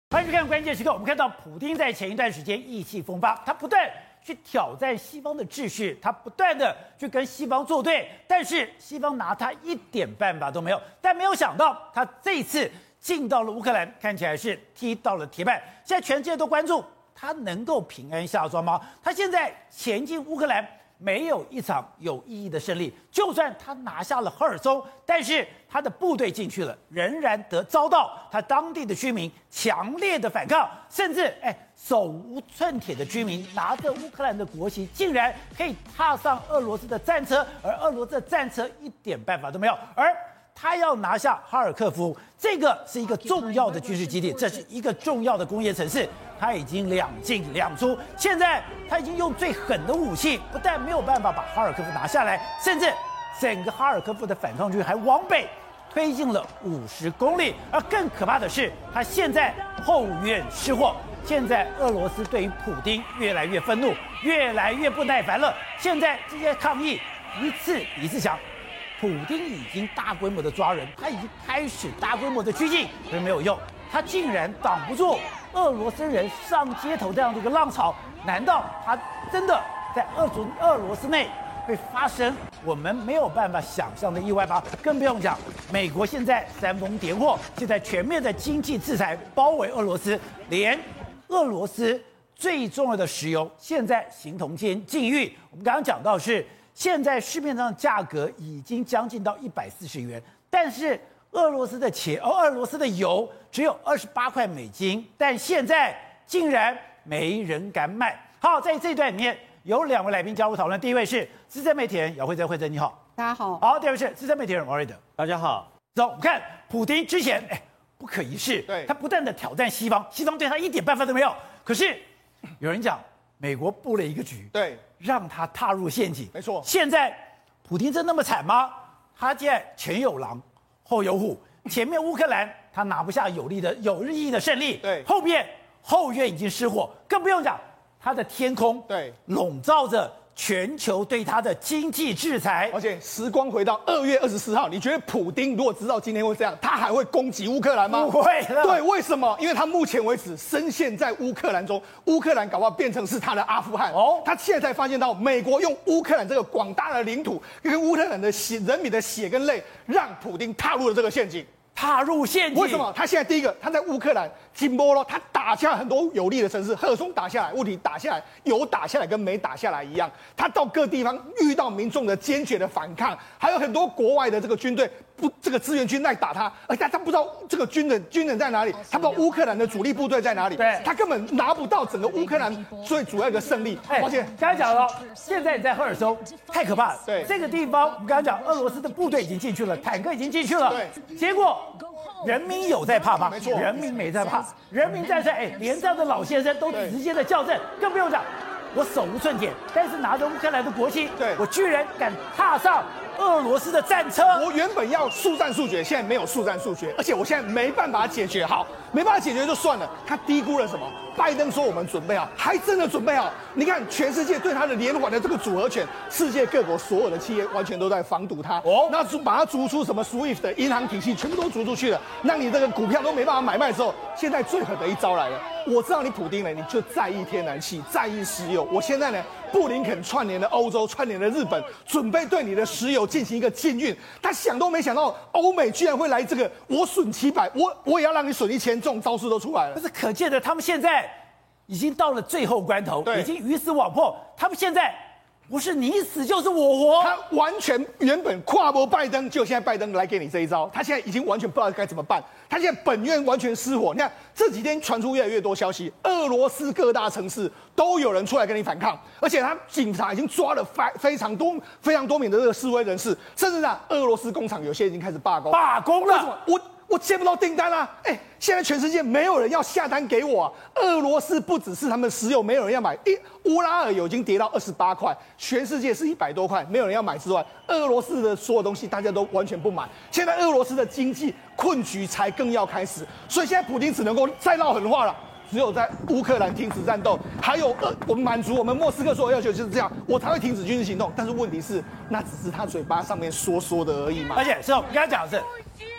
欢迎收看关键时刻。我们看到普丁在前一段时间意气风发，他不断去挑战西方的秩序，他不断的去跟西方作对，但是西方拿他一点办法都没有。但没有想到，他这一次进到了乌克兰，看起来是踢到了铁板。现在全世界都关注他能够平安下庄吗？他现在前进乌克兰。没有一场有意义的胜利，就算他拿下了赫尔松，但是他的部队进去了，仍然遭到他当地的居民强烈的反抗，甚至手无寸铁的居民拿着乌克兰的国旗，竟然可以踏上俄罗斯的战车，而俄罗斯的战车一点办法都没有，而他要拿下哈尔科夫，这个是一个重要的军事基地，这是一个重要的工业城市，他已经两进两出，现在他已经用最狠的武器，不但没有办法把哈尔科夫拿下来，甚至整个哈尔科夫的反抗军还往北推进了50公里，而更可怕的是，他现在后院失火。现在俄罗斯对于普丁越来越愤怒，越来越不耐烦了。现在这些抗议一次一次强。普丁已经大规模的抓人，他已经开始大规模的拘禁，可是没有用，他竟然挡不住俄罗斯人上街头这样的一个浪潮。难道他真的在俄罗斯内会发生我们没有办法想象的意外吗？更不用讲，美国现在煽风点火，现在全面的经济制裁包围俄罗斯，连俄罗斯最重要的石油现在形同禁欲。我们刚刚讲到是。现在市面上的价格已经将近到140元，但是俄罗斯的油只有28块美金，但现在竟然没人敢买。好，在这一段里面有2位来宾加入讨论，第一位是资深媒体人姚慧珍，慧珍你好， 大家好。 好，第二位是资深媒体人王瑞德， 大家好。 走，我们看普丁之前不可一世，他不断的挑战西方，西方对他一点办法都没有。可是有人讲，美国布了一个局， 对。 让他踏入陷阱， 没错。 现在普丁真那么惨吗？他现在前有狼，后有虎。前面乌克兰他拿不下有意义的胜利， 对。 后院已经失火，更不用讲他的天空， 对， 笼罩着全球对他的经济制裁。 而且时光回到2月24号，你觉得普丁如果知道今天会这样，他还会攻击乌克兰吗？ 不会了。 对，为什么？因为他目前为止深陷在乌克兰中，乌克兰搞不好变成是他的阿富汗。他现在才发现到美国用乌克兰这个广大的领土跟乌克兰的人民的血跟泪，让普丁踏入了这个陷阱。为什么？他现在第一个，他在乌克兰金波罗，他打下很多有利的城市，赫尔松打下来，问题打下来，有打下来跟没打下来一样。他到各地方遇到民众的坚决的反抗，还有很多国外的这个军队这个志愿军来打他，而他不知道这个军人在哪里，他不知道乌克兰的主力部队在哪里，他根本拿不到整个乌克兰最主要的胜利。 而且刚才讲了，现在你在赫尔松太可怕了。 对， 这个地方我们刚才讲，俄罗斯的部队已经进去了，坦克已经进去了。 对， 结果。人民有在怕吗？ 没错， 人民没在怕。人民在连这样的老先生都直接的校正，更不用讲，我手无寸铁，但是拿着乌克兰的国旗，我居然敢踏上俄罗斯的战车。 我原本要速战速决，现在没有速战速决，而且我现在没办法解决好，没办法解决就算了。他低估了什么？拜登说我们准备好，还真的准备好。你看，全世界对他的连环的这个组合拳，世界各国所有的企业完全都在防堵他。那把它逐出什么 SWIFT 的银行体系，全部都逐出去了，让你这个股票都没办法买卖之后，现在最狠的一招来了。我知道你普丁呢，你就在意天然气，在意石油。我现在呢，布林肯串联了欧洲，串联了日本，准备对你的石油进行一个禁运。他想都没想到，欧美居然会来这个，我损700，我也要让你损1000，这种招式都出来了。 但是可见的，他们现在已经到了最后关头，已经鱼死网破。他们现在不是你死就是我活。 他完全原本跨过拜登，就现在拜登来给你这一招，他现在已经完全不知道该怎么办。他现在本院完全失火。你看这几天传出越来越多消息，俄罗斯各大城市都有人出来跟你反抗，而且他警察已经抓了非常多名的这个示威人士，甚至俄罗斯工厂有些已经开始罢工了。为什么？我接不到订单啊！现在全世界没有人要下单给我啊！俄罗斯不只是他们石油没有人要买，乌拉尔油已经跌到28块，全世界是100多块，没有人要买之外，俄罗斯的所有东西大家都完全不买。现在俄罗斯的经济困局才更要开始，所以现在普丁只能够再唠狠话了。只有在乌克兰停止战斗，还有我们满足我们莫斯科所有要求就是这样，我才会停止军事行动。但是问题是，那只是他嘴巴上面说的而已嘛。 而且是我刚才讲的是。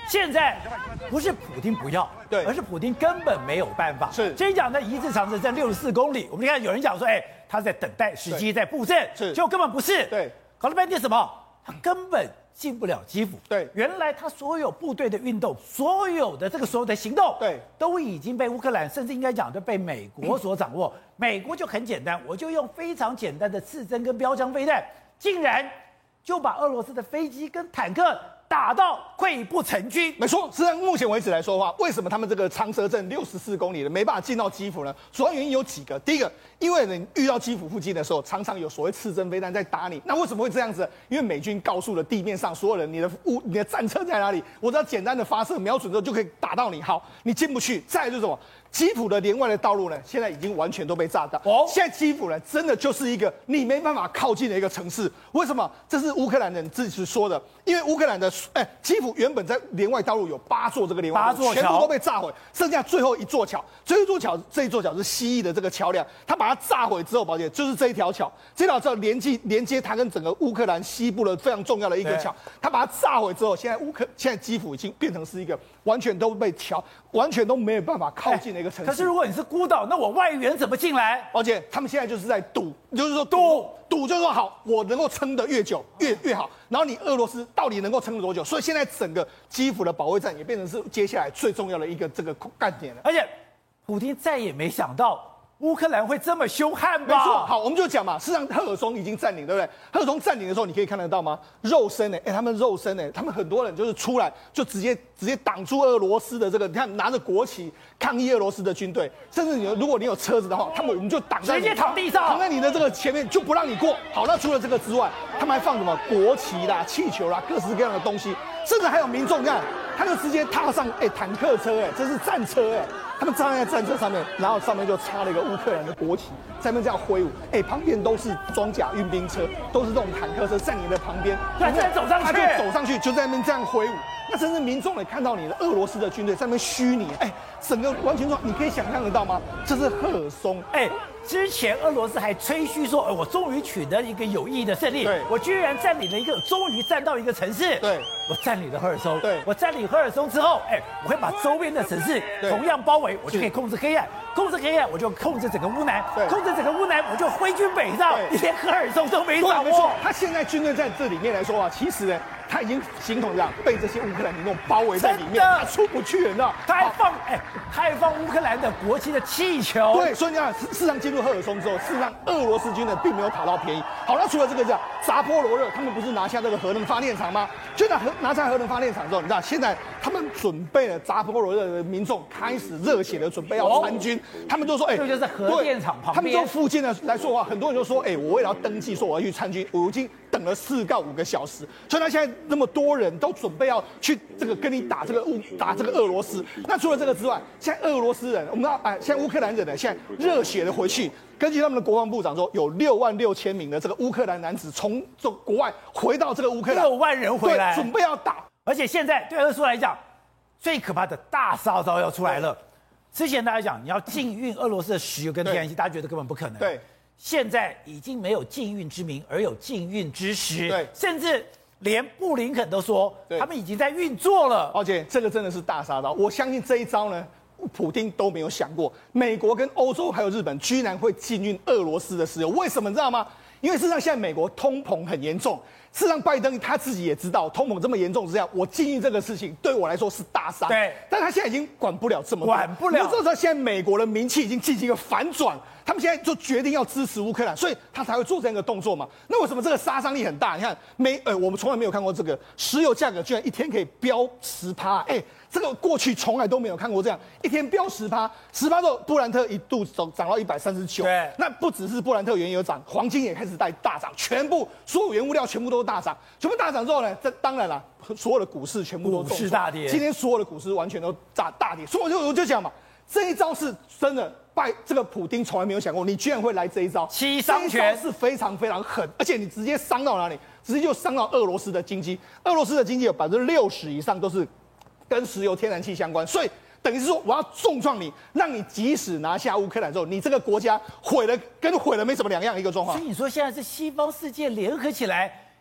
现在不是普丁不要， 对而是普丁根本没有办法。 是这一讲的一字长城在64公里，我们看有人讲说，他在等待时机，在布阵， 是结果根本不是。 对， 搞了半天什么？他根本进不了基辅。 对， 原来他所有部队的运动，所有的行动， 对， 都已经被乌克兰，甚至应该讲都被美国所掌握。美国就很简单，我就用非常简单的刺针跟标枪飞弹，竟然就把俄罗斯的飞机跟坦克打到溃不成军。 没错，实际上目前为止来说的话，为什么他们这个长蛇阵64公里的没办法进到基辅呢？主要原因有几个。第一个，因为你遇到基辅附近的时候，常常有所谓刺针飞弹在打你。那为什么会这样子？因为美军告诉了地面上所有人，你的战车在哪里？我只要简单的发射瞄准之后就可以打到你。好，你进不去。再来就是什么？基辅的连外的道路呢，现在已经完全都被炸掉。现在基辅呢，真的就是一个你没办法靠近的一个城市。为什么？这是乌克兰人自己说的。因为乌克兰的基辅原本在连外道路有8座这个连外道路，全部都被炸毁，剩下最后一座桥。这一座桥是西翼的这个桥梁，他把它炸毁之后，宝姐就是这一条桥，这条桥连接它跟整个乌克兰西部的非常重要的一个桥。他把它炸毁之后，现在基辅已经变成是一个完全都被完全都没有办法靠近的一个城市。 可是如果你是孤岛，那我外援怎么进来？ 而且他们现在就是在赌，就是说赌就是说好，我能够撑得越久越好。然后你俄罗斯到底能够撑得多久？所以现在整个基辅的保卫战也变成是接下来最重要的一个这个干点了。 而且，普丁再也没想到乌克兰会这么凶悍吧？ 没错，好，我们就讲嘛，事实上赫尔松已经占领，对不对？赫尔松占领的时候，你可以看得到吗？肉身他们肉身他们很多人就是出来就直接挡住俄罗斯的这个，你看拿着国旗抗议俄罗斯的军队，甚至如果你有车子的话，我们就挡在直接躺地上， 躺在你的这个前面就不让你过。好，那除了这个之外，他们还放什么国旗啦、气球啦，各式各样的东西，甚至还有民众看，他就直接踏上坦克车这是战车他们站在战车上面，然后上面就插了一个乌克兰的国旗，在那边这样挥舞。旁边都是装甲运兵车，都是这种坦克车在你的旁边， 他就走上去， 他就走上去，就在那边这样挥舞。那甚至民众也看到你的俄罗斯的军队在那边虚拟，整个完全说，你可以想象得到吗？这是赫尔松， 之前俄罗斯还吹嘘说，我终于取得一个有意义的胜利，我居然占领了终于占到一个城市，我占领了赫尔松，我占领赫尔松之后，我会把周边的城市同样包围，我就可以控制黑暗，控制黑暗我就控制整个乌南，控制整个乌南我就挥军北上，连赫尔松都没掌握。 他现在军队在这里面来说其实呢，他已经形同这样被这些乌克兰民众包围在里面，他出不去，你知道？ 他还放乌克兰的国旗的气球。 对，所以你看，事实上进入赫尔松之后，事实上俄罗斯军人并没有讨到便宜。好，那除了这个扎波罗热，他们不是拿下这个核能发电厂吗？就拿下核能发电厂之后，你知道现在他们准备了扎波罗热的民众开始热血的准备要参军，他们就说， 这就是核电厂旁边。 他们说附近的来说的话，很多人就说，我为了要登记说我要去参军，我已经等了4到5个小时，所以他现在那么多人都准备要去这个跟你打这个俄罗斯。那除了这个之外，现在俄罗斯人，我们知道现在乌克兰人呢，现在热血的回去。根据他们的国防部长说，有66000名的这个乌克兰男子从这国外回到这个乌克兰 ，6万人回来， 准备要打。 而且现在对俄罗斯来讲，最可怕的大杀招要出来了。之前大家讲你要禁运俄罗斯的石油跟天然气，大家觉得根本不可能。 对， 现在已经没有禁运之名，而有禁运之实。 对， 甚至连布林肯都说他们已经在运作了。 而且这个真的是大杀招，我相信这一招呢，普丁都没有想过，美国跟欧洲还有日本居然会禁运俄罗斯的石油，为什么你知道吗？因为事实上现在美国通膨很严重，事实上拜登他自己也知道通膨这么严重之下，我禁运这个事情对我来说是大伤。 对， 但他现在已经管不了这么多， 管不了。 你知道现在美国的名气已经进行一个反转，他们现在就决定要支持乌克兰，所以他才会做这样一个动作嘛。那为什么这个杀伤力很大？你看我们从来没有看过这个石油价格居然一天可以飙10%，这个过去从来都没有看过这样，一天飙10%，10%之后布兰特一度涨到139。 对， 那不只是布兰特原油涨，黄金也开始大涨，全部所有原物料全部都大涨，全部大涨之后呢，这当然了，所有的股市全部都股市大跌， 今天所有的股市完全都大跌，所以我就讲嘛，这一招是真的。这个普丁从来没有想过，你居然会来这一招， 七伤拳是非常非常狠，而且你直接伤到哪里？直接就伤到俄罗斯的经济。俄罗斯的经济有60%以上都是跟石油、天然气相关，所以等于是说我要重创你，让你即使拿下乌克兰之后，你这个国家跟毁了没什么两样一个状况。 所以你说现在是西方世界联合起来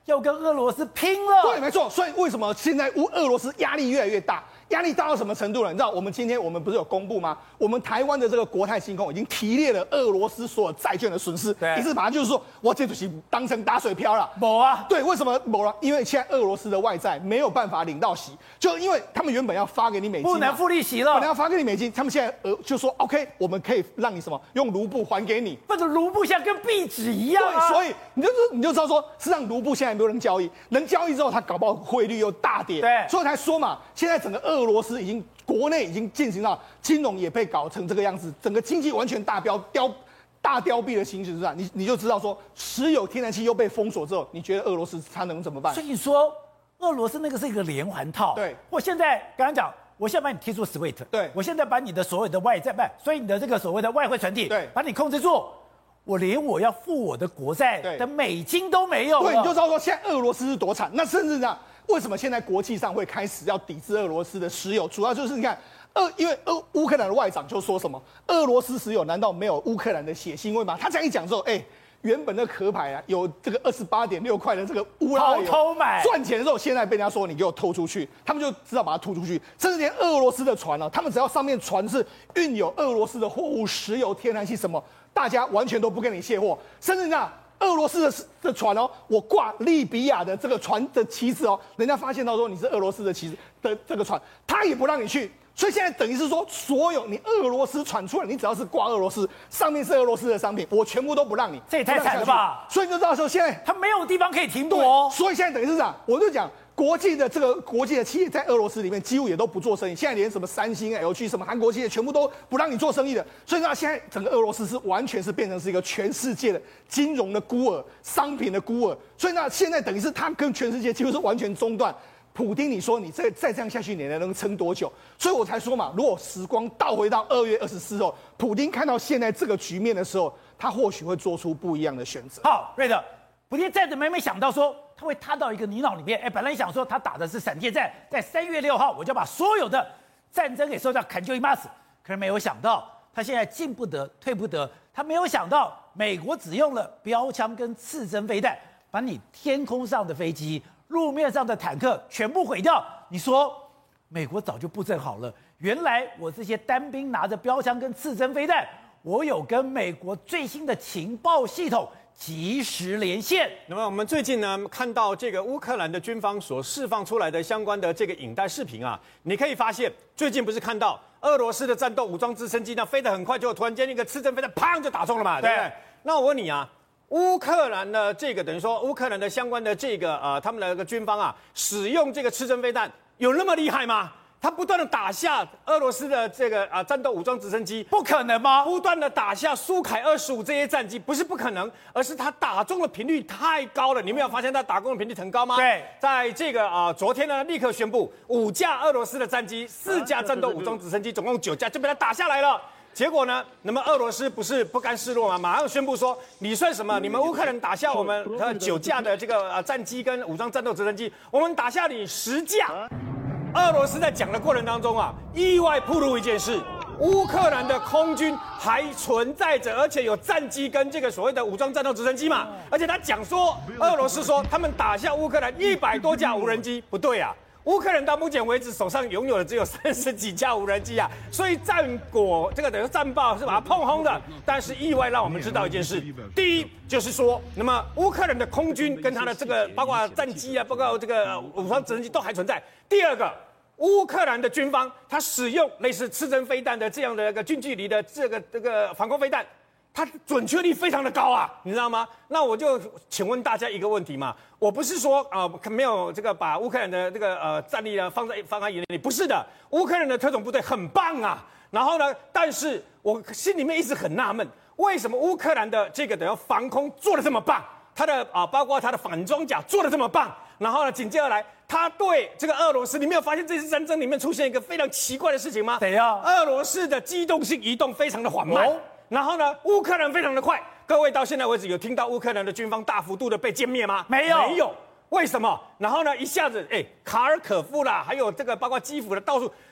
要跟俄罗斯拼了。 对，没错。所以为什么现在俄罗斯压力越来越大？压力大到什么程度呢？你知道，今天我们不是有公布吗？我们台湾的这个国泰星空已经提列了俄罗斯所有债券的损失，一次马上就是说，我这东西当成打水漂了。 没啊， 对，为什么没了？因为现在俄罗斯的外债没有办法领到息，就因为他们原本要发给你美金， 不能付利息了， 本来要发给你美金，他们现在就说 OK， 我们可以让你什么用卢布还给你， 或者卢布现在跟币纸一样啊。 对，所以你就知道说，实际上卢布现在没有人交易，人交易之后，它搞不好汇率又大跌， 对， 所以才说嘛，现在整个俄罗斯国内已经进行到金融也被搞成这个样子，整个经济完全大雕币的形式上，你就知道说，石油、天然气又被封锁之后，你觉得俄罗斯它能怎么办？ 所以说，俄罗斯那个是一个连环套。 对， 我现在刚刚讲，我现在把你踢出 SWIFT， 对， 我现在把你的所有的外债，所以你的这个所谓的外汇传递， 对， 把你控制住，我连我要付我的国债的美金都没有了。 对，你就知道说现在俄罗斯是多惨。那甚至呢？为什么现在国际上会开始要抵制俄罗斯的石油？主要就是你看，因为乌克兰的外长就说什么，俄罗斯石油难道没有乌克兰的血腥味吗？他这样一讲之后，原本的壳牌啊有这个28.6块的这个乌拉油偷买赚钱的时候，现在被人家说你给我偷出去，他们就知道把它吐出去。甚至连俄罗斯的船他们只要上面船是运有俄罗斯的货物，石油、天然气什么，大家完全都不跟你卸货，甚至俄罗斯的船我挂利比亚的这个船的旗子人家发现到说你是俄罗斯的旗子的这个船，他也不让你去。所以现在等于是说，所有你俄罗斯传出来，你只要是挂俄罗斯，上面是俄罗斯的商品，我全部都不让你。 这也太惨了吧！ 所以你就知道说，现在他没有地方可以停泊。 所以现在等于是这样，我就讲。国际的企业在俄罗斯里面几乎也都不做生意，现在连什么三星、LG 什么韩国企业全部都不让你做生意的，所以现在整个俄罗斯是完全是变成是一个全世界的金融的孤儿、商品的孤儿，所以现在等于是他跟全世界几乎是完全中断。普丁，你说你再这样下去，你能撑多久？所以我才说嘛，如果时光倒回到2月24号，普丁看到现在这个局面的时候，他或许会做出不一样的选择。 好，瑞德，普丁再怎么没想到说。他会踏到一个泥淖里面，本来想说他打的是闪电战，在3月6号我就把所有的战争给收掉，砍就一骂死。可是没有想到，他现在进不得，退不得。他没有想到，美国只用了标枪跟刺针飞弹，把你天空上的飞机、路面上的坦克全部毁掉。你说，美国早就布阵好了。原来我这些单兵拿着标枪跟刺针飞弹，我有跟美国最新的情报系统及时连线。 那么我们最近呢看到这个乌克兰的军方所释放出来的相关的这个影带视频啊，你可以发现最近不是看到俄罗斯的战斗武装直升机呢飞得很快，就突然间一个刺针飞弹砰就打中了嘛，对不对？那我问你啊，乌克兰的这个等于说乌克兰的相关的这个他们的这个军方啊，使用这个刺针飞弹有那么厉害吗？他不断的打下俄罗斯的这个战斗武装直升机， 不可能吗？ 不断的打下苏凯25这些战机，不是不可能，而是他打中的频率太高了。你没有发现他打中的频率很高吗？ 对， 在这个昨天呢，立刻宣布5架俄罗斯的战机、4架战斗武装直升机，总共9架就被他打下来了。结果呢？那么俄罗斯不是不甘示弱吗？马上宣布说：“你算什么？你们乌克兰打下我们9架的这个战机跟武装战斗直升机，我们打下你10架。”俄罗斯在讲的过程当中啊，意外暴露一件事：乌克兰的空军还存在着，而且有战机跟这个所谓的武装战斗直升机嘛。而且他讲说，俄罗斯说他们打下乌克兰100多架无人机，不对啊。乌克兰到目前为止手上拥有的只有30几架无人机啊，所以战果这个等于战报是把它碰轰的。但是意外让我们知道一件事：第一就是说，那么乌克兰的空军跟他的这个包括战机啊，包括这个武装直升机都还存在。第二个，乌克兰的军方他使用类似刺针飞弹的这样的一个近距离的这个防空飞弹。它准确率非常的高啊，你知道吗？那我就请问大家一个问题嘛，我不是说没有这个把乌克兰的这个战力呢放在眼里，不是的，乌克兰的特种部队很棒啊。然后呢，但是我心里面一直很纳闷，为什么乌克兰的这个等于防空做得这么棒，它的包括它的反装甲做得这么棒，然后呢，紧接而来，他对这个俄罗斯，你没有发现这次战争里面出现一个非常奇怪的事情吗？ 怎样？ 俄罗斯的机动性移动非常的缓慢。然后呢，乌克兰非常的快。各位到现在为止有听到乌克兰的军方大幅度的被歼灭吗？ 没有， 没有。为什么？然后呢，一下子，卡尔可夫啦，还有这个包括基辅的到处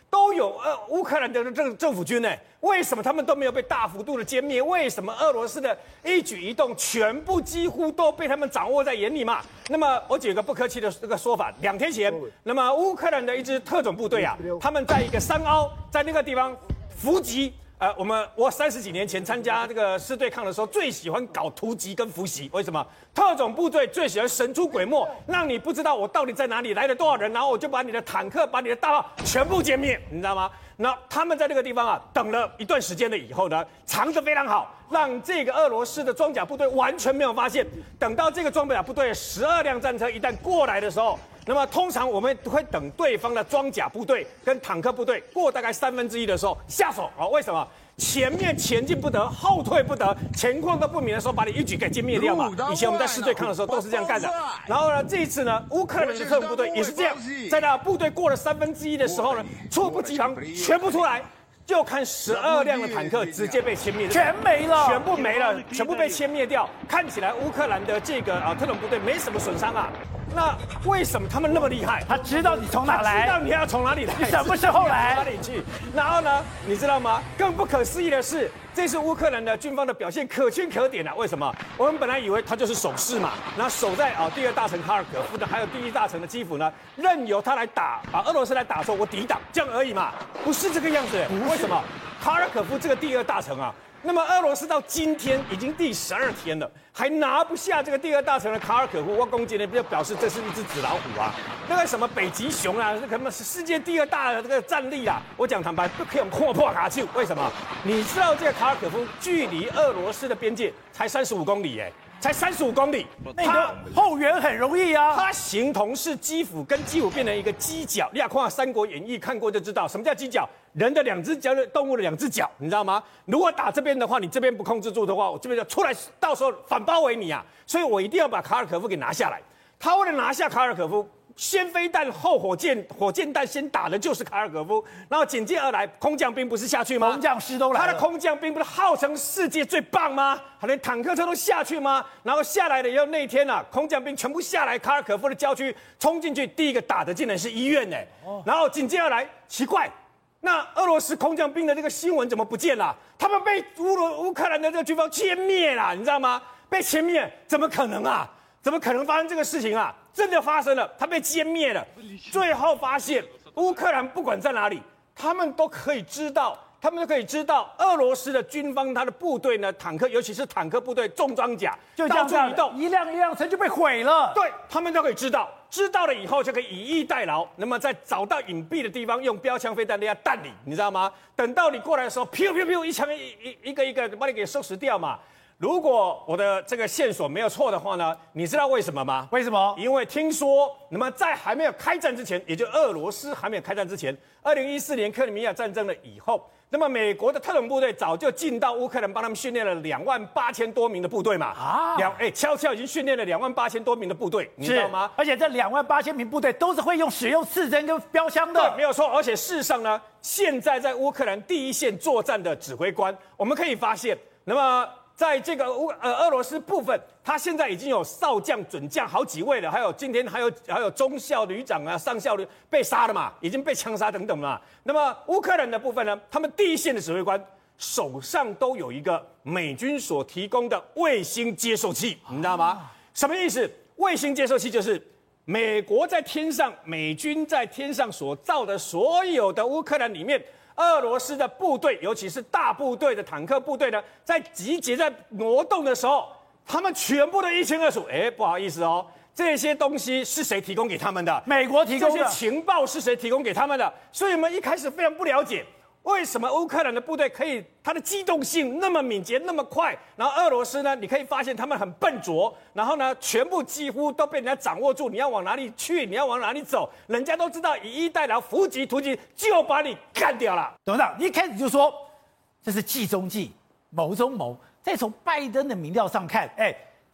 都有乌克兰的这个政府军呢，为什么他们都没有被大幅度的歼灭？为什么俄罗斯的一举一动全部几乎都被他们掌握在眼里嘛？那么我举个不客气的这个说法，2天前，那么乌克兰的一支特种部队啊，他们在一个山凹，在那个地方伏击。我30几年前参加这个师对抗的时候，最喜欢搞突击跟伏袭。为什么？特种部队最喜欢神出鬼没，让你不知道我到底在哪里，来了多少人，然后我就把你的坦克、把你的大炮全部歼灭，你知道吗？那他们在这个地方啊，等了一段时间了以后呢，藏得非常好，让这个俄罗斯的装甲部队完全没有发现。等到这个装甲部队12辆战车一旦过来的时候，那么通常我们会等对方的装甲部队跟坦克部队过大概1/3的时候下手啊？为什么？前面前进不得，后退不得，情况都不明的时候，把你一举给歼灭掉嘛。以前我们在师对抗的时候都是这样干的。然后呢，这一次呢，乌克兰的特种部队也是这样，在那部队过了1/3的时候呢，猝不及防，全部出来。就看12辆的坦克直接被歼灭， 全没了， 全部没了，全部被歼灭掉。看起来乌克兰的这个特种部队没什么损伤啊。那为什么他们那么厉害？ 他知道你从哪来， 知道你要从哪里来， 你什么时候来， 哪里去？然后呢，你知道吗？更不可思议的是，这次乌克兰的军方的表现可圈可点啊！为什么？我们本来以为他就是守势嘛，然后守在第2大城哈尔科夫的，还有第1大城的基辅呢，任由他来打，俄罗斯来打的时候，我抵挡，这样而已嘛，不是这个样子。为什么？哈尔科夫这个第2大城啊，那么俄罗斯到今天已经第12天了，还拿不下这个第2大城的哈尔科夫，我攻击呢，就表示这是一只纸老虎啊，那个什么北极熊啊，这可能是世界第2大的这个战力啊，我讲坦白不可以破卡丘，为什么？你知道这个哈尔科夫距离俄罗斯的边界才35公里才35公里， 那个后援很容易啊。 它形同是基辅，跟基辅变成一个犄角。你看《三国演义》看过就知道，什么叫犄角？人的2只脚，动物的2只脚，你知道吗？如果打这边的话，你这边不控制住的话，我这边就出来，到时候反包围你啊！所以我一定要把哈尔科夫给拿下来。他为了拿下哈尔科夫，先飞弹后火箭弹先打的就是哈尔科夫，然后紧接而来空降兵不是下去吗？ 空降师都来了， 他的空降兵不是号称世界最棒吗？他连坦克车都下去吗？然后下来了以后，那天啊，空降兵全部下来，哈尔科夫的郊区冲进去，第一个打的竟然是医院然后紧接而来，奇怪，那俄罗斯空降兵的这个新闻怎么不见了？他们被乌克兰的这个军方歼灭了，你知道吗？被歼灭，怎么可能啊？怎么可能发生这个事情啊？真的发生了，他被歼灭了。最后发现，乌克兰不管在哪里，他们都可以知道俄罗斯的军方他的部队呢，坦克，尤其是坦克部队重装甲， 就这样子移动，一辆一辆车就被毁了。 对，他们都可以知道了以后就可以以逸待劳，那么在找到隐蔽的地方用标枪飞弹那样弹你，你知道吗？等到你过来的时候，噗噗噗，一枪一个把你给收拾掉嘛。如果我的这个线索没有错的话呢，你知道为什么吗？ 为什么？ 因为听说，那么在还没有开战之前，也就俄罗斯还没有开战之前，2014年克里米亚战争了以后，那么美国的特种部队早就进到乌克兰，帮他们训练了28000多名的部队嘛。悄悄已经训练了28000多名的部队，你知道吗？ 而且这28000名部队都是会使用刺针跟标枪的。 对，没有错。而且事实上呢，现在在乌克兰第一线作战的指挥官，我们可以发现，那么在这个俄罗斯部分，他现在已经有少将、准将好几位了，还有今天还有中校旅长啊、上校被杀了嘛，已经被枪杀等等嘛。那么乌克兰的部分呢，他们第一线的指挥官手上都有一个美军所提供的卫星接收器，你知道吗？什么意思？卫星接收器就是美国在天上，美军在天上所造的所有的乌克兰里面。俄罗斯的部队，尤其是大部队的坦克部队呢，在集结、在挪动的时候，他们全部都一清二楚。不好意思哦，这些东西是谁提供给他们的？ 美国提供的。 这些情报是谁提供给他们的？所以我们一开始非常不了解，为什么乌克兰的部队可以它的机动性那么敏捷、那么快，然后俄罗斯呢，你可以发现他们很笨拙，然后呢，全部几乎都被人家掌握住。你要往哪里去？你要往哪里走？人家都知道，以逸待劳，伏击突击，就把你干掉了。 董事长，你一开始就说这是计中计，谋中谋。再从拜登的民调上看，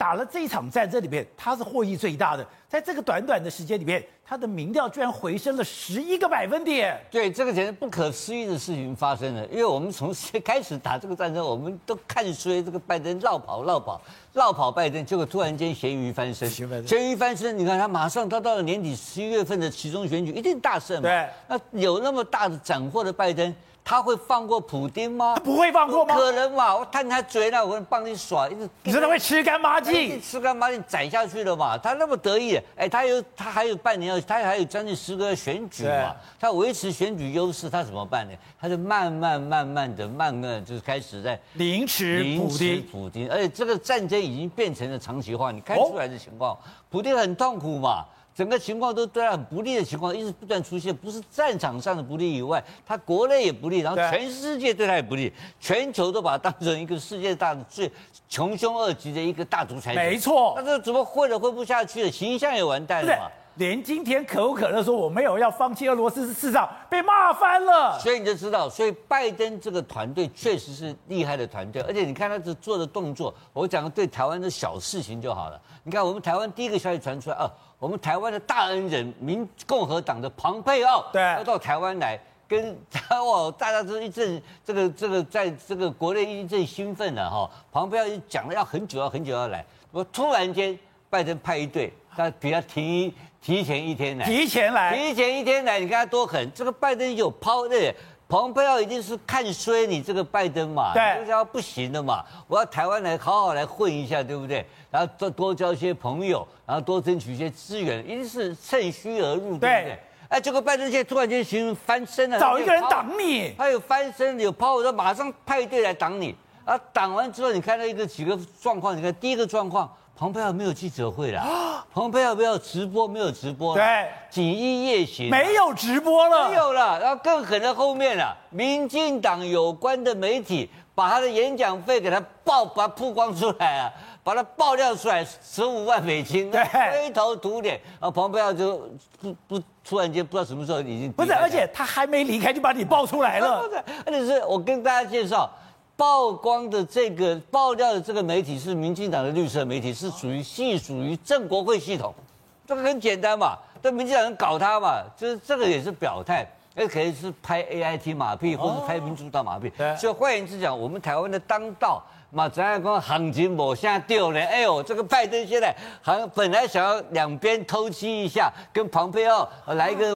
打了这一场战争里面，他是获益最大的。在这个短短的时间里面，他的民调居然回升了11个百分点。 对，这个简直不可思议的事情发生了。因为我们从开始打这个战争，我们都看衰这个拜登绕跑拜登，结果突然间咸鱼翻身。咸鱼翻身，你看他马上到了年底11月份的期中选举一定大胜嘛。 对， 那有那么大的斩获的拜登，他会放过普丁吗？ 他不会放过吗？ 不可能嘛！我探他嘴了，我帮你耍， 你说他会吃干抹净？ 吃干抹净斩下去了嘛？他那么得意，哎，他还有半年他还有将近10个月选举嘛，他维持选举优势，他怎么办呢？他就慢慢的，就是开始在凌迟普丁， 而且这个战争已经变成了长期化，你看出来的情况，普丁很痛苦嘛。整个情况都对他很不利的情况一直不断出现，不是战场上的不利以外，他国内也不利，然后全世界对他也不利，全球都把他当成一个世界大的最穷凶恶极的一个大独裁者。 没错， 那这怎么混不下去了，形象也完蛋了嘛。 连今天可口可乐说我没有要放弃俄罗斯市场，被骂翻了。 所以你就知道，所以拜登这个团队确实是厉害的团队，而且你看他这做的动作，我讲对台湾的小事情就好了。你看我们台湾第一个消息传出来我们台湾的大恩人共和党的庞佩奥要到台湾来，跟大家都一阵这个在这个国内一阵兴奋了哈。庞佩奥讲了要很久要来，我突然间拜登派一队，他比他提前一天来，提前一天来，你看他多狠！这个拜登有抛对。蓬佩奥一定是看衰你这个拜登嘛，对，这不行的嘛，我要台湾来好好来混一下，对不对？然后多交一些朋友，然后多争取一些资源，一定是趁虚而入，对不对？哎，结果拜登现在突然间形成翻身了， 找一个人挡你， 他有翻身有抛，他马上派队来挡你，啊，挡完之后你看到几个状况，你看第一个状况。蓬佩奥没有记者会了，蓬佩奥没有直播， 对， 锦衣夜行， 没有直播了， 没有了。然后更狠的后面了，民进党有关的媒体把他的演讲费给他把它曝光出来啊，把他爆料出来，15万美金， 对， 灰头土脸。然后蓬佩奥就突然间不知道什么时候已经不是，而且他还没离开就把你爆出来了， 而且是我跟大家介绍。曝光的这个爆料的这个媒体是民进党的绿色媒体，是属于正国会系统，这个很简单嘛，但民进党人搞他嘛，就是这个也是表态，可以是拍 AIT 马屁，或者拍民主党马屁。所以换言之讲，我们台湾的当道嘛，怎样讲行情没下掉呢？哎呦，这个拜登现在本来想要两边偷鸡一下，跟庞佩奥来一个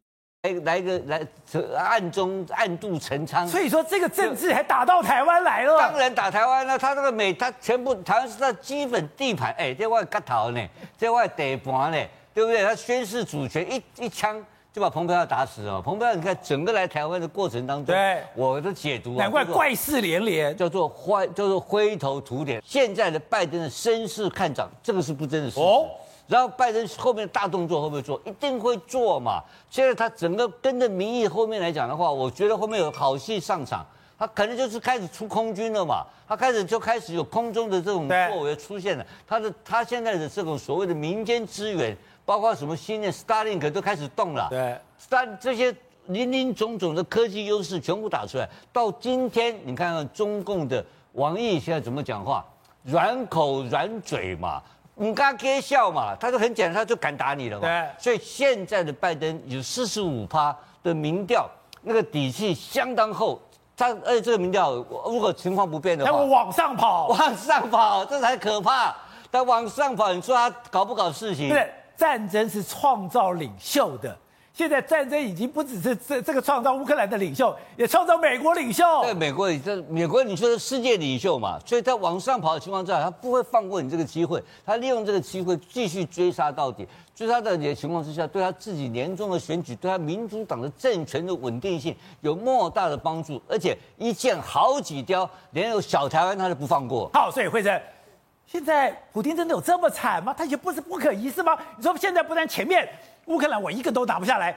暗度陈仓， 所以说这个政治还打到台湾来了。 当然打台湾了，他全部台湾是他基本地盘，这外割头呢，这外地盘呢，对不对？他宣示主权，一枪就把蓬佩奥打死了。蓬佩奥，你看整个来台湾的过程当中， 对我的解读难怪怪事连连， 叫做灰头土脸。现在的拜登的声势看涨，这个是不争的事实。然后拜登后面的大动作会不会做？一定会做嘛。现在他整个跟着民意后面来讲的话，我觉得后面有好戏上场，他可能就是开始出空军了嘛。他开始有空中的这种作为出现了。他现在的这种所谓的民间资源，包括什么新的 Starlink 都开始动了。 对， 这些林总的科技优势全部打出来。到今天你看看中共的王毅现在怎么讲话，软口软嘴嘛。你跟他给笑嘛，他就很简单，他就敢打你了嘛。 对， 所以现在的拜登有45%的民调，那个底气相当厚。而且这个民调如果情况不变的话， 他会往上跑， 这才可怕。他往上跑，你说他搞不搞事情？ 对，战争是创造领袖的。现在战争已经不只是这个创造乌克兰的领袖，也创造美国领袖。 对，美国领袖是世界领袖嘛，所以他往上跑的情况之下，他不会放过你这个机会，他利用这个机会继续追杀到底。追杀到底的情况之下，对他自己年终的选举，对他民主党的政权的稳定性有莫大的帮助，而且一箭好几雕，连有小台湾他都不放过。 好，所以慧珍，现在普丁真的有这么惨吗？他也不是不可一世吗？你说现在不但前面乌克兰我一个都打不下来，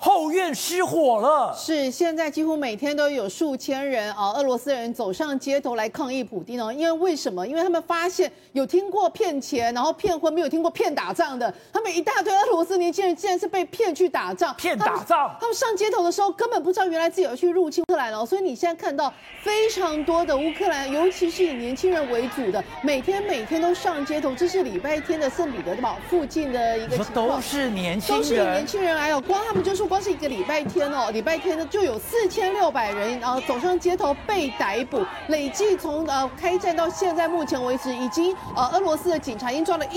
后院失火了。 是，现在几乎每天都有数千人俄罗斯人走上街头来抗议普丁哦。因为为什么？因为他们发现有听过骗钱，然后骗婚，没有听过骗打仗的。他们一大堆俄罗斯年轻人竟然是被骗去打仗， 骗打仗。 他们上街头的时候根本不知道原来自己要去入侵乌克兰哦。所以你现在看到非常多的乌克兰，尤其是以年轻人为主的，每天都上街头。这是礼拜天的圣彼得堡附近的一个情况， 都是年轻人， 都是年轻人。哎呦，光他们就说光是一个礼拜天哦，礼拜天呢就有4600人，然后走上街头被逮捕，累计从开战到现在目前为止，已经俄罗斯的警察已经抓了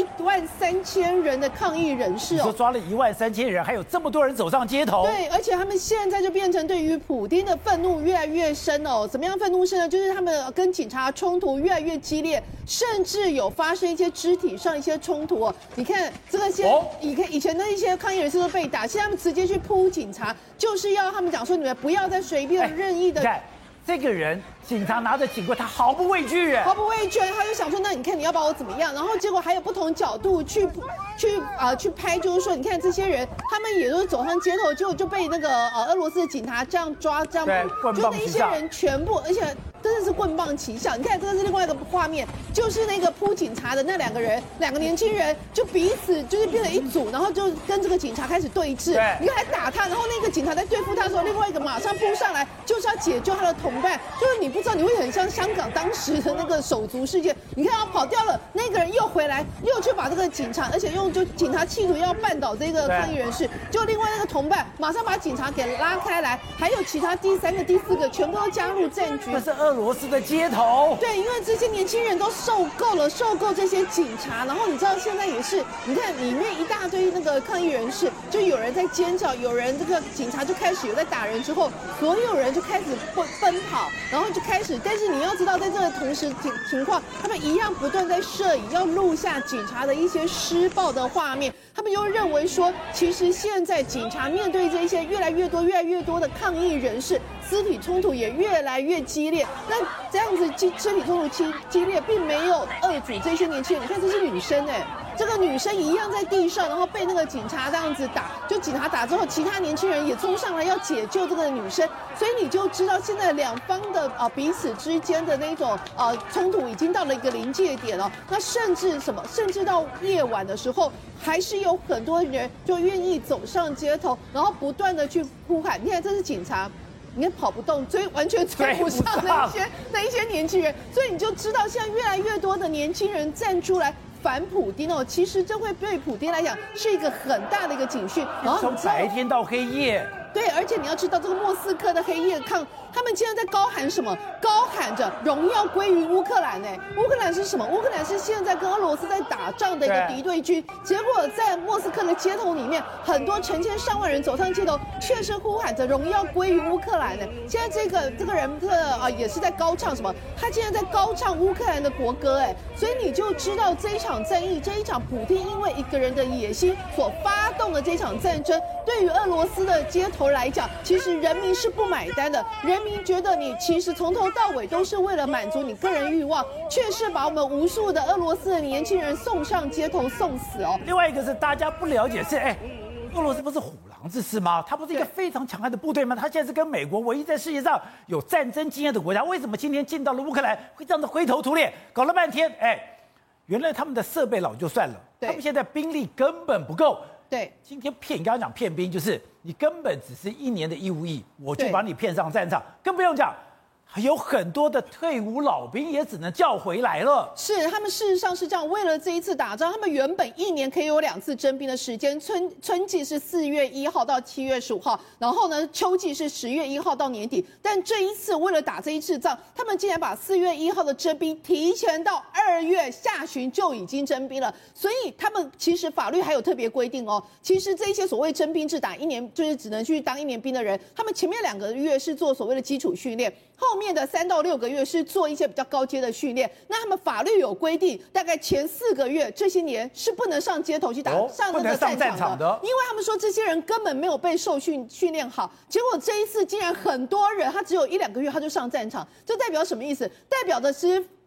13000人的抗议人士哦， 说抓了13000人，还有这么多人走上街头。 对，而且他们现在就变成对于普丁的愤怒越来越深哦。怎么样愤怒深呢？就是他们跟警察冲突越来越激烈，甚至有发生一些肢体上一些冲突哦。你看这个以前的一些抗议人士都被打，现在他们直接去扑警察，就是要他们讲说你们不要再随便任意的。 这个人，警察拿着警棍，他毫不畏惧， 毫不畏惧，他就想说，那你看你要把我怎么样？然后结果还有不同角度去拍，就是说，你看这些人，他们也都是走上街头，结果就被那个俄罗斯的警察这样抓，这样就那一些人全部，而且真的是棍棒齐下。你看这个是另外一个画面，就是那个扑警察的那两个年轻人，就彼此就是变成一组，然后就跟这个警察开始对峙。你看还打他，然后那个警察在对付他的时候，另外一个马上扑上来，就是要解救他的同伴。就是你不知道，你会很像香港当时的那个手足事件。你看他跑掉了，那个人又回来，又去把这个警察，而且就警察企图要绊倒这个抗议人士，就另外那个同伴马上把警察给拉开来，还有其他第3个、第4个全部都加入战局。 这是俄罗斯的街头。 对，因为这些年轻人都受够这些警察，然后你知道现在也是，你看里面一大堆那个抗议人士，就有人在尖叫，有人这个警察就开始有在打人之后，所有人就开始奔跑。然后就开始，但是你要知道，在这个同时情况，他们一样不断在摄影，要录下警察的一些施暴的画面。他们又认为说，其实现在警察面对这些越来越多的抗议人士，肢体冲突也越来越激烈。那这样子肢体冲突激烈，并没有遏阻这些年轻人。你看，这是女生这个女生一样在地上，然后被那个警察这样子打，就警察打之后，其他年轻人也冲上来要解救这个女生，所以你就知道现在两方的彼此之间的那种冲突已经到了一个临界点了。那甚至到夜晚的时候，还是有很多人就愿意走上街头，然后不断的去呼喊。你看，这是警察。你看跑不动，完全追不上那一些年轻人，所以你就知道现在越来越多的年轻人站出来反普丁哦。其实这会对普丁来讲是一个很大的一个警讯。然后从白天到黑夜。 对，而且你要知道，这个莫斯科的黑夜抗，他们现在在高喊什么？高喊着荣耀归于乌克兰。乌克兰是什么？乌克兰是现在跟俄罗斯在打仗的一个敌对军。结果在莫斯科的街头里面，很多成千上万人走上街头，却是呼喊着荣耀归于乌克兰。现在这个人也是在高唱什么？他竟然在高唱乌克兰的国歌。所以你就知道这一场战役，这一场普丁因为一个人的野心所发动的这场战争，对于俄罗斯的街头来讲，其实人民是不买单的。人民觉得你其实从头到尾都是为了满足你个人欲望，却是把我们无数的俄罗斯的年轻人送上街头送死哦。 另外一个是大家不了解是，俄罗斯不是虎狼之师吗？它不是一个非常强悍的部队吗？它现在是跟美国唯一在世界上有战争经验的国家，为什么今天进到了乌克兰会这样的灰头土脸？搞了半天，原来他们的设备老就算了，他们现在兵力根本不够。 对， 今天你刚刚讲骗兵，就是你根本只是1年的义务役，我就把你骗上战场，更不用讲。还有很多的退伍老兵也只能叫回来了。 是，他们事实上是这样，为了这一次打仗，他们原本1年可以有2次征兵的时间，春季是4月1号到7月15号，然后呢，秋季是10月1号到年底。但这一次为了打这一次仗，他们竟然把4月1号的征兵提前到2月下旬就已经征兵了。所以他们其实法律还有特别规定哦，其实这些所谓征兵制打1年，就是只能去当1年兵的人，他们前面2个月是做所谓的基础训练。后面的3到6个月是做一些比较高阶的训练。那他们法律有规定，大概前4个月这些年是不能上街头去上那个战场的，因为他们说这些人根本没有被受训练好。结果这一次竟然很多人他只有1、2个月他就上战场，这代表什么意思？代表的是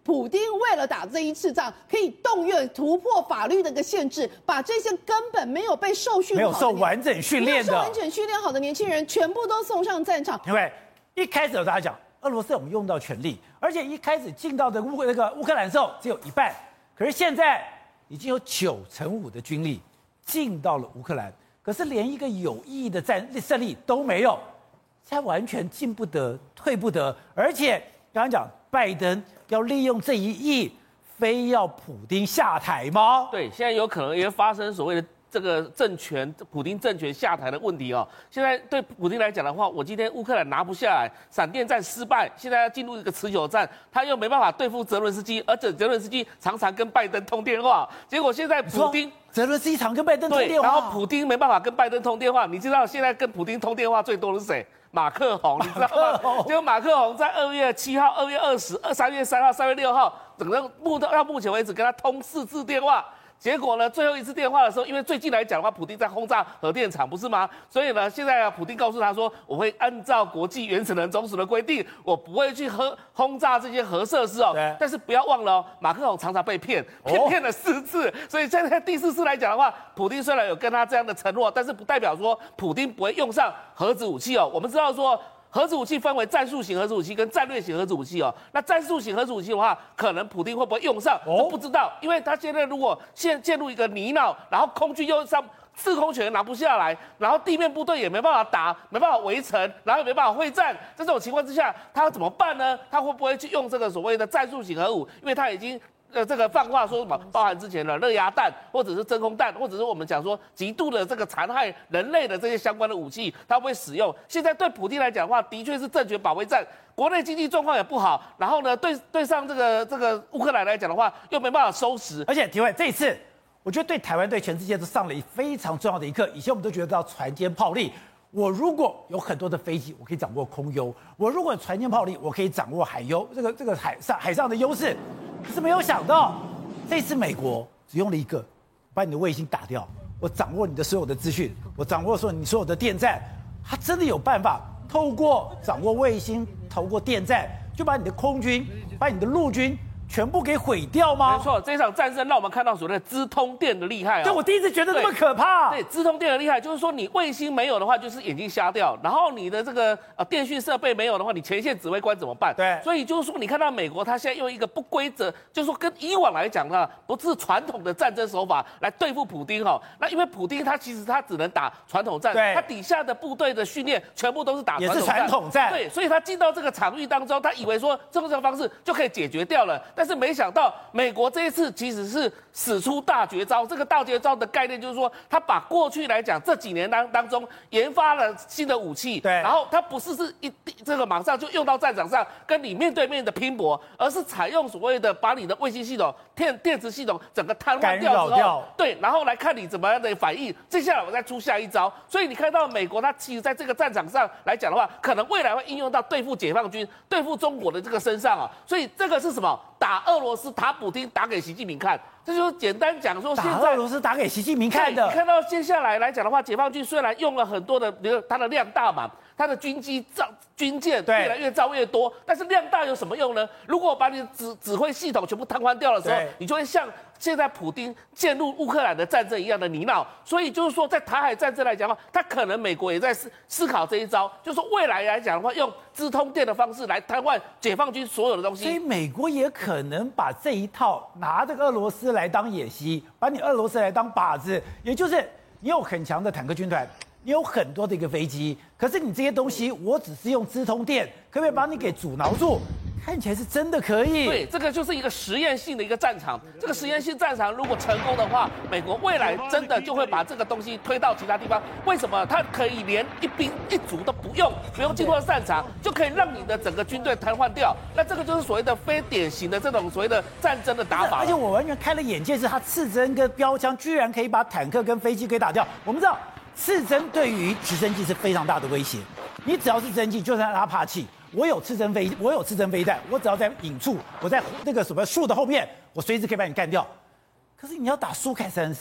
普丁为了打这一次仗，可以动用突破法律的一个限制，把这些根本没有被受训好的、 没有受完整训练的、 没有受完整训练好的年轻人，全部都送上战场。 因为一开始有大家讲，俄罗斯我们用到全力，而且一开始进到的乌克兰的时候只有一半，可是现在已经有9成5的军力进到了乌克兰，可是连一个有意义的胜利都没有，现在完全进不得退不得，而且刚刚讲拜登要利用这1亿，非要普丁下台吗？ 对，现在有可能也发生所谓的这个普丁政权下台的问题哦。现在对普丁来讲的话，我今天乌克兰拿不下来，闪电战失败，现在要进入一个持久战，他又没办法对付泽伦斯基，而且泽伦斯基常常跟拜登通电话，结果现在普丁。 泽伦斯基常跟拜登通电话， 然后普丁没办法跟拜登通电话，你知道现在跟普丁通电话最多的是谁？马克宏，你知道吗？结果马克宏在2月7号、2月20、3月3号、3月6号，整个到目前为止跟他通4次电话。结果呢，最后一次电话的时候，因为最近来讲的话，普丁在轰炸核电厂，不是吗？所以呢，现在普丁告诉他说，我会按照国际原子能总署的规定，我不会去轰炸这些核设施哦。但是不要忘了哦，马克宏常常被骗了4次，所以现在第4次来讲的话，普丁虽然有跟他这样的承诺，但是不代表说普丁不会用上核子武器哦。我们知道说。核子武器分为战术型核子武器跟战略型核子武器哦。那战术型核子武器的话，可能普丁会不会用上，都不知道，因为他现在如果陷入一个泥淖，然后空军又制空权拿不下来，然后地面部队也没办法打，没办法围城，然后也没办法会战，这种情况之下，他要怎么办呢？他会不会去用这个所谓的战术型核武？因为他已经。这个放话说什么？包含之前的热压弹，或者是真空弹，或者是我们讲说极度的这个残害人类的这些相关的武器，他会使用。现在对普丁来讲的话，的确是政权保卫战，国内经济状况也不好，然后呢，对上这个乌克兰来讲的话，又没办法收拾。 而且体会这一次，我觉得对台湾、对全世界都上了非常重要的一课。以前我们都觉得要船坚炮利。我如果有很多的飞机，我可以掌握空优；我如果船坚炮利，我可以掌握海优，这个海上的优势。可是没有想到，这次美国只用了一个，把你的卫星打掉，我掌握你的所有的资讯，我掌握你所有的电站，他真的有办法透过掌握卫星、透过电站，就把你的空军、把你的陆军。全部给毁掉吗？ 没错，这场战争让我们看到所谓的资通电的厉害啊！ 就我第一次觉得这么可怕。 对，资通电的厉害，就是说你卫星没有的话，就是眼睛瞎掉；然后你的这个电讯设备没有的话，你前线指挥官怎么办？ 对， 所以就是说，你看到美国，他现在用一个不规则，就是说跟以往来讲呢，不是传统的战争手法来对付普丁哈。那因为普丁他其实他只能打传统战， 对， 他底下的部队的训练全部都是打传统战， 对，所以他进到这个场域当中，他以为说这个方式就可以解决掉了，但是没想到。美国这一次其实是使出大绝招，这个大绝招的概念就是说，他把过去来讲这几年当中研发了新的武器， 对， 然后他不是这个马上就用到战场上跟你面对面的拼搏，而是采用所谓的把你的卫星系统、电池系统整个瘫痪掉之后，对，然后来看你怎么样的反应，接下来我再出下一招。所以你看到美国，它其实在这个战场上来讲的话，可能未来会应用到对付解放军、对付中国的这个身上啊。所以这个是什么？打俄罗斯、打普丁、打给习近平看，这就是简单讲说，现在打俄罗斯打给习近平看的。 你看到接下来来讲的话，解放军虽然用了很多的，比如它的量大嘛，它的军机军舰越来越造越多，但是量大有什么用呢？如果我把你的指挥系统全部瘫痪掉的时候，你就会像现在普丁陷入乌克兰的战争一样的泥淖。所以就是说，在台海战争来讲的话，他可能美国也在思考这一招，就是说未来来讲的话，用资通电的方式来瘫痪解放军所有的东西。 所以美国也可能把这一套拿这个俄罗斯来当演习，把你俄罗斯来当靶子，也就是你有很强的坦克军团。你有很多的一个飞机，可是你这些东西，我只是用资通电，可不可以把你给阻挠住？看起来是真的可以。 对，这个就是一个实验性的一个战场。这个实验性战场如果成功的话，美国未来真的就会把这个东西推到其他地方。为什么？它可以连一兵一卒都不用进入战场，就可以让你的整个军队瘫痪掉。那这个就是所谓的非典型的这种所谓的战争的打法。 而且我完全开了眼界，是它刺针跟标枪居然可以把坦克跟飞机给打掉。我们知道。刺针对于直升机是非常大的威胁，你只要是直升机，就算它怕气，我有刺针飞弹，我只要在引处，我在那个什么树的后面，我随时可以把你干掉。可是你要打苏凯34，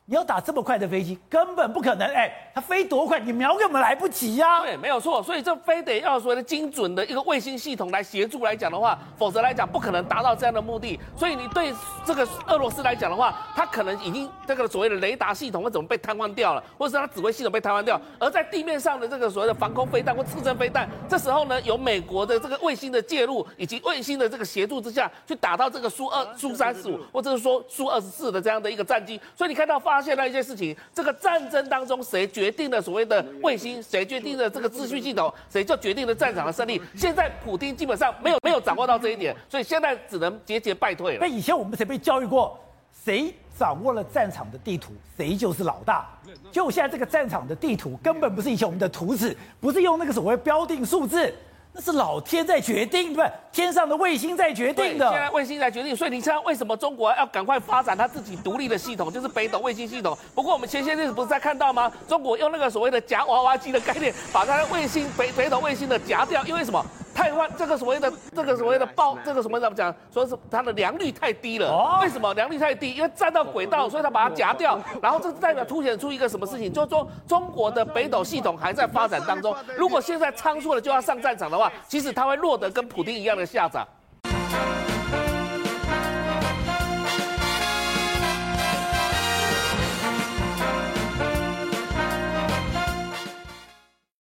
你要打这么快的飞机，根本不可能。它飞多快，你瞄根本来不及呀。 对，没有错。所以这非得要所谓的精准的一个卫星系统来协助来讲的话，否则来讲不可能达到这样的目的。所以你对这个俄罗斯来讲的话，它可能已经这个所谓的雷达系统或怎么被瘫痪掉了，或者是它指挥系统被瘫痪掉，而在地面上的这个所谓的防空飞弹或刺针飞弹，这时候呢，有美国的这个卫星的介入以及卫星的这个协助之下，去打到这个苏35或者是说苏24的这样的一个战机。所以你看到发现了一些事情，这个战争当中谁决定了所谓的卫星，谁决定了这个资讯系统，谁就决定了战场的胜利。现在普丁基本上没有掌握到这一点，所以现在只能节节败退了。 那以前我们谁被教育过，谁掌握了战场的地图，谁就是老大。就现在这个战场的地图根本不是以前我们的图纸，不是用那个所谓标定数字。那是老天在决定，对不对？天上的卫星在决定的。 现在卫星在决定，所以你知道为什么中国要赶快发展它自己独立的系统，就是北斗卫星系统。不过我们前些日子不是在看到吗？中国用那个所谓的夹娃娃机的概念，把它的卫星北斗卫星的夹掉，因为什么？太换这个所谓的爆这个什么怎么讲？说是它的良率太低了。为什么良率太低？因为占到轨道，所以它把它夹掉。然后这代表凸显出一个什么事情？就是说中国的北斗系统还在发展当中。如果现在仓促了就要上战场的话，其实它会落得跟普丁一样的下场。